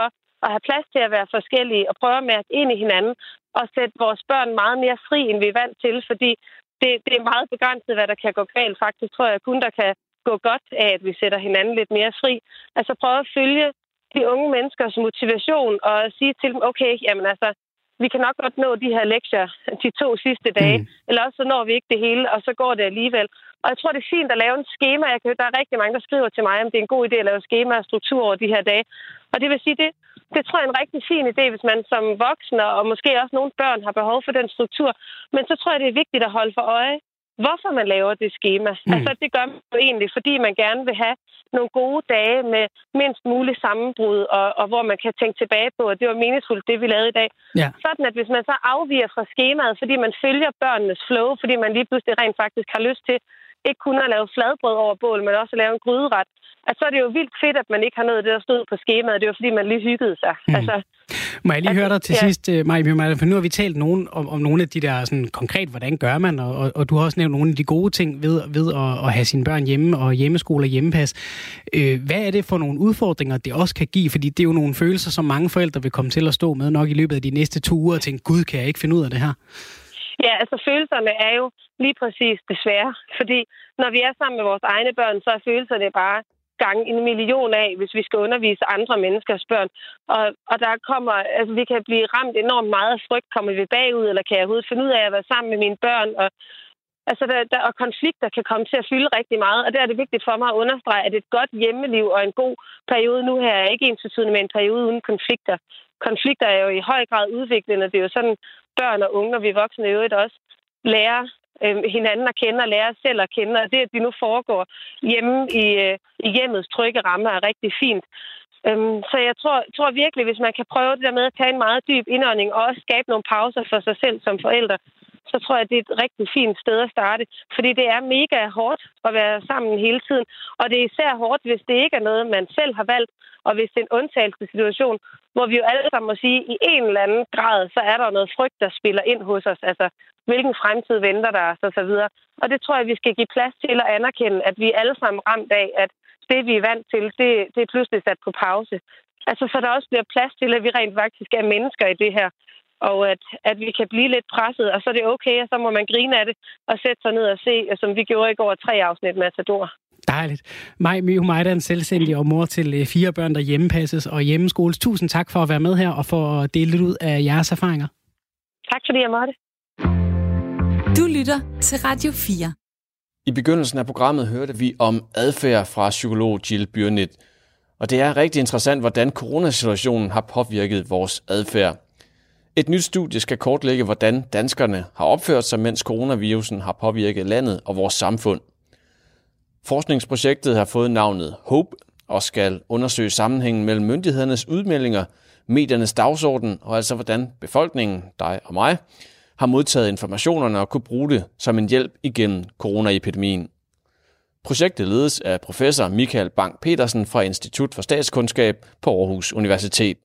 at have plads til at være forskellige og prøve at mærke ind i hinanden og sætte vores børn meget mere fri, end vi er vant til, fordi det er meget begrænset, hvad der kan gå galt. Faktisk tror jeg kun, der kan gå godt af, at vi sætter hinanden lidt mere fri. Altså prøve at følge de unge menneskers motivation og sige til dem, okay, jamen altså, vi kan nok godt nå de her lektier de 2 sidste dage, eller også så når vi ikke det hele, og så går det alligevel. Og jeg tror, det er fint at lave en skema. Der er rigtig mange, der skriver til mig, om det er en god idé at lave skema og struktur over de her dage. Og det vil sige, det tror jeg er en rigtig fin idé, hvis man som voksen, og måske også nogle børn har behov for den struktur. Men så tror jeg, det er vigtigt at holde for øje, hvorfor man laver det skema. Altså, det gør man jo egentlig, fordi man gerne vil have nogle gode dage med mindst muligt sammenbrud, og hvor man kan tænke tilbage på, at det var meningsfuldt, det vi lavede i dag. Ja. Sådan, at hvis man så afviger fra skemaet, fordi man følger børnenes flow, fordi man lige pludselig rent faktisk har lyst til ikke kun at lave fladbrød over bål, men også at lave en gryderet, at så er det jo vildt fedt, at man ikke har nået det, der stod på skemaet. Det var, fordi man lige hyggede sig. Altså, må jeg lige høre dig til sidst, Maja, for nu har vi talt om nogle af de der sådan konkret, hvordan gør man, og du har også nævnt nogle af de gode ting ved at have sine børn hjemme og hjemmeskole og hjemmepas. Hvad er det for nogle udfordringer, det også kan give? Fordi det er jo nogle følelser, som mange forældre vil komme til at stå med nok i løbet af de næste 2 uger og tænke, gud, kan jeg ikke finde ud af det her? Ja, altså følelserne er jo lige præcis desværre. Fordi når vi er sammen med vores egne børn, så er følelserne bare gange 1 million af, hvis vi skal undervise andre menneskers børn. Og der kommer, altså vi kan blive ramt enormt meget af frygt. Kommer vi bagud, eller kan jeg overhovedet finde ud af at være sammen med mine børn? Og altså, og konflikter kan komme til at fylde rigtig meget, og der er det vigtigt for mig at understrege, at et godt hjemmeliv og en god periode nu her er ikke ensbetydende med en periode uden konflikter. Konflikter er jo i høj grad udviklende. Det er jo sådan, børn og unge og vi voksne i øvrigt også lærer hinanden at kende og lærer selv at kende, og det, at de nu foregår hjemme i hjemmets trygge rammer, er rigtig fint. Så jeg tror virkelig, hvis man kan prøve det der med at tage en meget dyb indånding og også skabe nogle pauser for sig selv som forældre, så tror jeg, det er et rigtig fint sted at starte. Fordi det er mega hårdt at være sammen hele tiden. Og det er især hårdt, hvis det ikke er noget, man selv har valgt, og hvis det er en undtagelsessituation, hvor vi jo alle sammen må sige, i en eller anden grad, så er der noget frygt, der spiller ind hos os. Altså, hvilken fremtid venter der os, og så videre. Og det tror jeg, vi skal give plads til at anerkende, at vi er alle sammen ramt af, at det, vi er vant til, det er pludselig sat på pause. Altså, så der også bliver plads til, at vi rent faktisk er mennesker i det her. Og at vi kan blive lidt presset, og så er det okay, og så må man grine af det og sætte sig ned og se, som vi gjorde i går, 3 afsnit Matador. Dejligt. Maj Myhumajda, en selvstændig og mor til 4 børn, der hjemmepasses og hjemmeskoles. Tusind tak for at være med her og for at dele lidt ud af jeres erfaringer. Tak fordi jeg måtte. Du lytter til Radio 4. I begyndelsen af programmet hørte vi om adfærd fra psykolog Jill Byrnit. Og det er rigtig interessant, hvordan coronasituationen har påvirket vores adfærd. Et nyt studie skal kortlægge, hvordan danskerne har opført sig, mens coronavirusen har påvirket landet og vores samfund. Forskningsprojektet har fået navnet HOPE og skal undersøge sammenhængen mellem myndighedernes udmeldinger, mediernes dagsorden og altså hvordan befolkningen, dig og mig, har modtaget informationerne og kunne bruge det som en hjælp igennem coronaepidemien. Projektet ledes af professor Michael Bang-Petersen fra Institut for Statskundskab på Aarhus Universitet.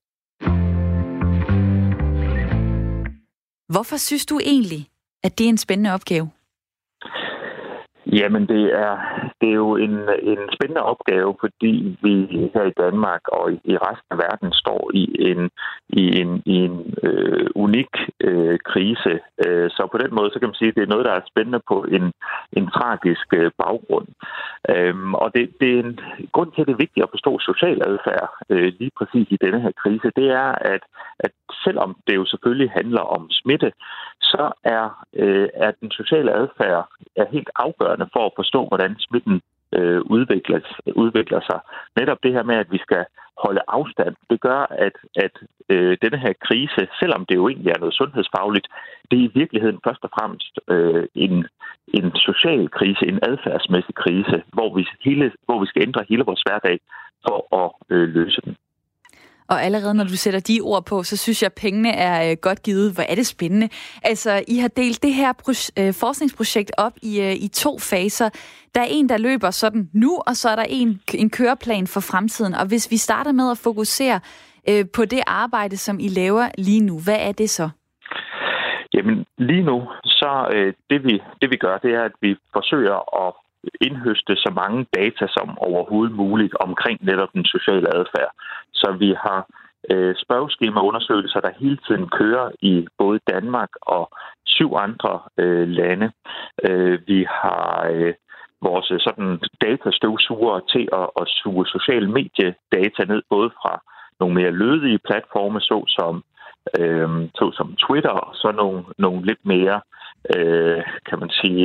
Hvorfor synes du egentlig, at det er en spændende opgave? Jamen, det er jo en spændende opgave, fordi vi her i Danmark og i resten af verden står i en unik krise. Så på den måde, så kan man sige, at det er noget, der er spændende på en tragisk baggrund. Og det er en grund til, at det er vigtigt at forstå social adfærd lige præcis i denne her krise. Det er, at selvom det jo selvfølgelig handler om smitte, så er den sociale adfærd helt afgørende for at forstå, hvordan smitten udvikler sig. Netop det her med, at vi skal holde afstand, det gør, at denne her krise, selvom det jo egentlig er noget sundhedsfagligt, det er i virkeligheden først og fremmest en social krise, en adfærdsmæssig krise, hvor vi skal ændre hele vores hverdag for at løse den. Og allerede når du sætter de ord på, så synes jeg, at pengene er godt givet. Hvor er det spændende. Altså, I har delt det her forskningsprojekt op i 2 faser. Der er en, der løber sådan nu, og så er der en køreplan for fremtiden. Og hvis vi starter med at fokusere på det arbejde, som I laver lige nu, hvad er det så? Jamen, lige nu, så det vi gør, det er, at vi forsøger at indhøste så mange data som overhovedet muligt omkring netop den sociale adfærd. Så vi har spørgeskemaundersøgelser, der hele tiden kører i både Danmark og 7 andre lande. Vi har vores sådan datastøvsugere til at suge sociale mediedata ned, både fra nogle mere lødige platforme, såsom Twitter, og så nogle lidt mere, kan man sige,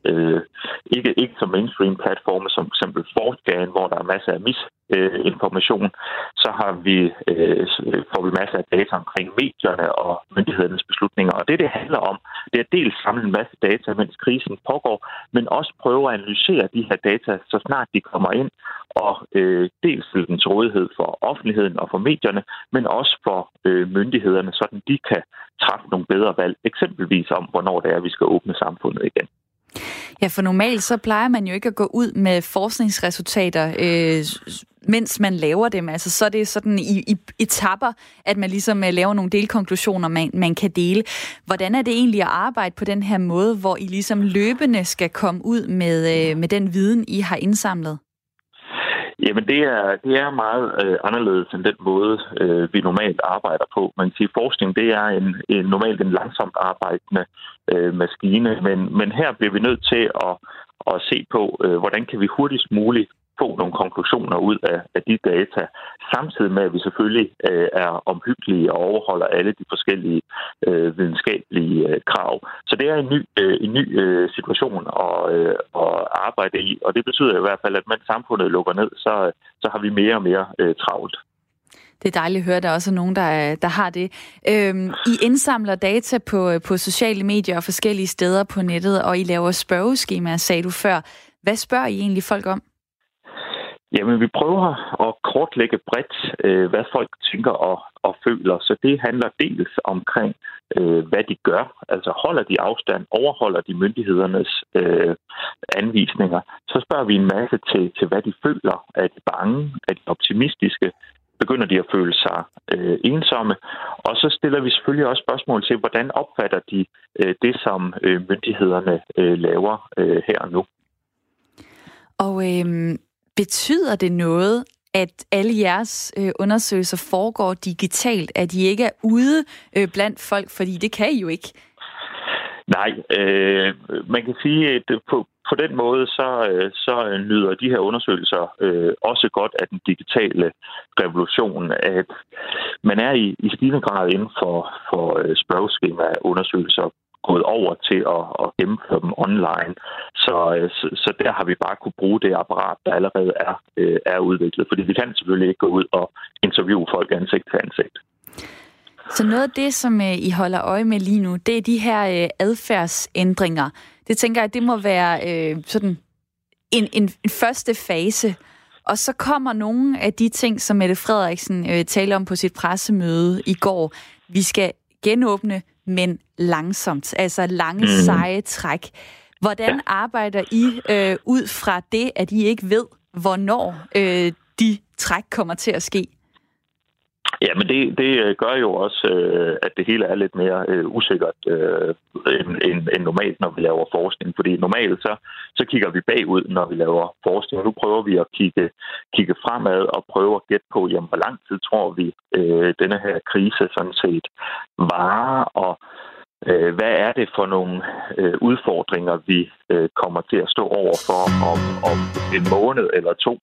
ikke som mainstream platforme, som for eksempel Fortgan, hvor der er masser af misinformation. Så får vi masser af data omkring medierne og myndighedernes beslutninger. Og det handler om, det er dels samle en masse data, mens krisen pågår, men også prøve at analysere de her data, så snart de kommer ind, og dels stille den til rådighed for offentligheden og for medierne, men også for myndighederne, så de kan træffe nogle bedre valg, eksempelvis om, hvornår det er, vi skal åbne samfundet igen. Ja, for normalt så plejer man jo ikke at gå ud med forskningsresultater, mens man laver dem. Altså så er det sådan i etapper, at man ligesom laver nogle delkonklusioner, man kan dele. Hvordan er det egentlig at arbejde på den her måde, hvor I ligesom løbende skal komme ud med den viden, I har indsamlet? Jamen, det er meget anderledes end den måde, vi normalt arbejder på. Man kan sige, at forskning, det er normalt en langsomt arbejdende maskine, men her bliver vi nødt til at se på, hvordan kan vi hurtigst muligt få nogle konklusioner ud af de data, samtidig med, at vi selvfølgelig er omhyggelige og overholder alle de forskellige videnskabelige krav. Så det er en ny situation at arbejde i, og det betyder i hvert fald, at mens samfundet lukker ned, så har vi mere og mere travlt. Det er dejligt at høre, at der også er nogen, der har det. I indsamler data på sociale medier og forskellige steder på nettet, og I laver spørgeskemaer, sagde du før. Hvad spørger I egentlig folk om? Jamen, vi prøver at kortlægge bredt, hvad folk tænker og føler. Så det handler dels omkring, hvad de gør. Altså holder de afstand, overholder de myndighedernes anvisninger. Så spørger vi en masse til hvad de føler. Er de bange? Er de optimistiske? Begynder de at føle sig ensomme? Og så stiller vi selvfølgelig også spørgsmål til, hvordan opfatter de det, som myndighederne laver her og nu. Og betyder det noget, at alle jeres undersøgelser foregår digitalt, at I ikke er ude blandt folk, fordi det kan I jo ikke? Nej, man kan sige, at på den måde, så nyder de her undersøgelser også godt af den digitale revolution, at man er i stigende grad inden for spørgeskemaundersøgelser gået over til at gennemføre dem online. Så der har vi bare kunne bruge det apparat, der allerede er udviklet. Fordi vi kan selvfølgelig ikke gå ud og interviewe folk ansigt til ansigt. Så noget af det, som I holder øje med lige nu, det er de her adfærdsændringer. Det tænker jeg, det må være sådan en første fase. Og så kommer nogle af de ting, som Mette Frederiksen talte om på sit pressemøde i går. Vi skal genåbne, men langsomt. Altså lange, seje træk. Hvordan arbejder I ud fra det, at I ikke ved, hvornår de træk kommer til at ske? Ja, men det gør jo også, at det hele er lidt mere usikkert end normalt, når vi laver forskning. Fordi normalt så kigger vi bagud, når vi laver forskning. Nu prøver vi at kigge fremad og prøve at gætte på, jamen, hvor lang tid tror vi, denne her krise sådan set varer, og hvad er det for nogle udfordringer, vi kommer til at stå over for om en måned eller to.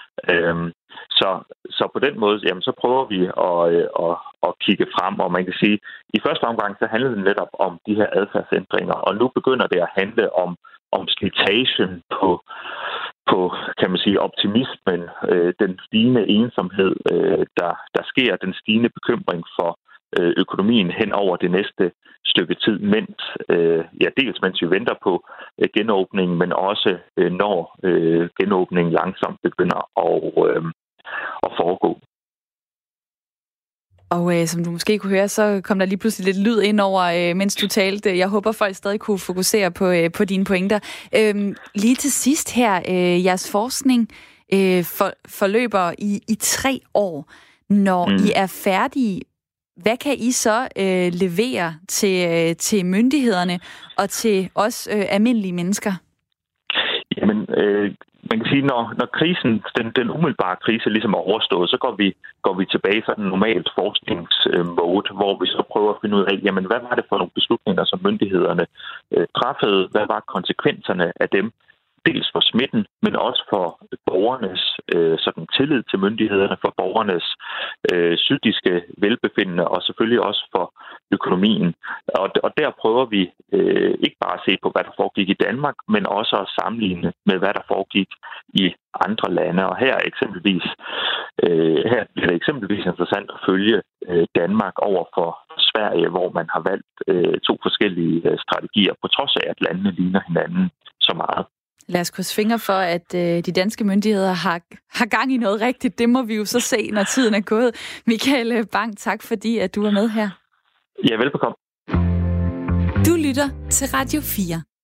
Så på den måde, jamen, så prøver vi at kigge frem, og man kan sige, i første omgang, så handler det netop om de her adfærdsændringer, og nu begynder det at handle om slitagen på, kan man sige, optimismen, den stigende ensomhed, der sker, den stigende bekymring for økonomien hen over det næste stykke tid, dels mens vi venter på genåbningen, men også når genåbningen langsomt begynder at foregå. Og som du måske kunne høre, så kom der lige pludselig lidt lyd ind over, mens du talte. Jeg håber, folk stadig kunne fokusere på dine pointer. Lige til sidst her, jeres forskning forløber i 3 år. Når I er færdige, hvad kan I så levere til myndighederne og til os almindelige mennesker? Jamen, man kan sige, når krisen, den umiddelbare krise ligesom er overstået, så går vi tilbage fra den normalt forskningsmode, hvor vi så prøver at finde ud af, jamen, hvad var det for nogle beslutninger, som myndighederne træffede? Hvad var konsekvenserne af dem? Dels for smitten, men også for borgernes sådan tillid til myndighederne, for borgernes psykiske velbefindende og selvfølgelig også for økonomien. Og der prøver vi ikke bare at se på, hvad der foregik i Danmark, men også at sammenligne med, hvad der foregik i andre lande. Og her bliver det eksempelvis interessant at følge Danmark over for Sverige, hvor man har valgt 2 forskellige strategier, på trods af, at landene ligner hinanden så meget. Lad os krydse fingre for, at de danske myndigheder har gang i noget rigtigt. Det må vi jo så se, når tiden er gået. Michael Bang, tak fordi at du var med her. Ja, velbekomme. Du lytter til Radio 4.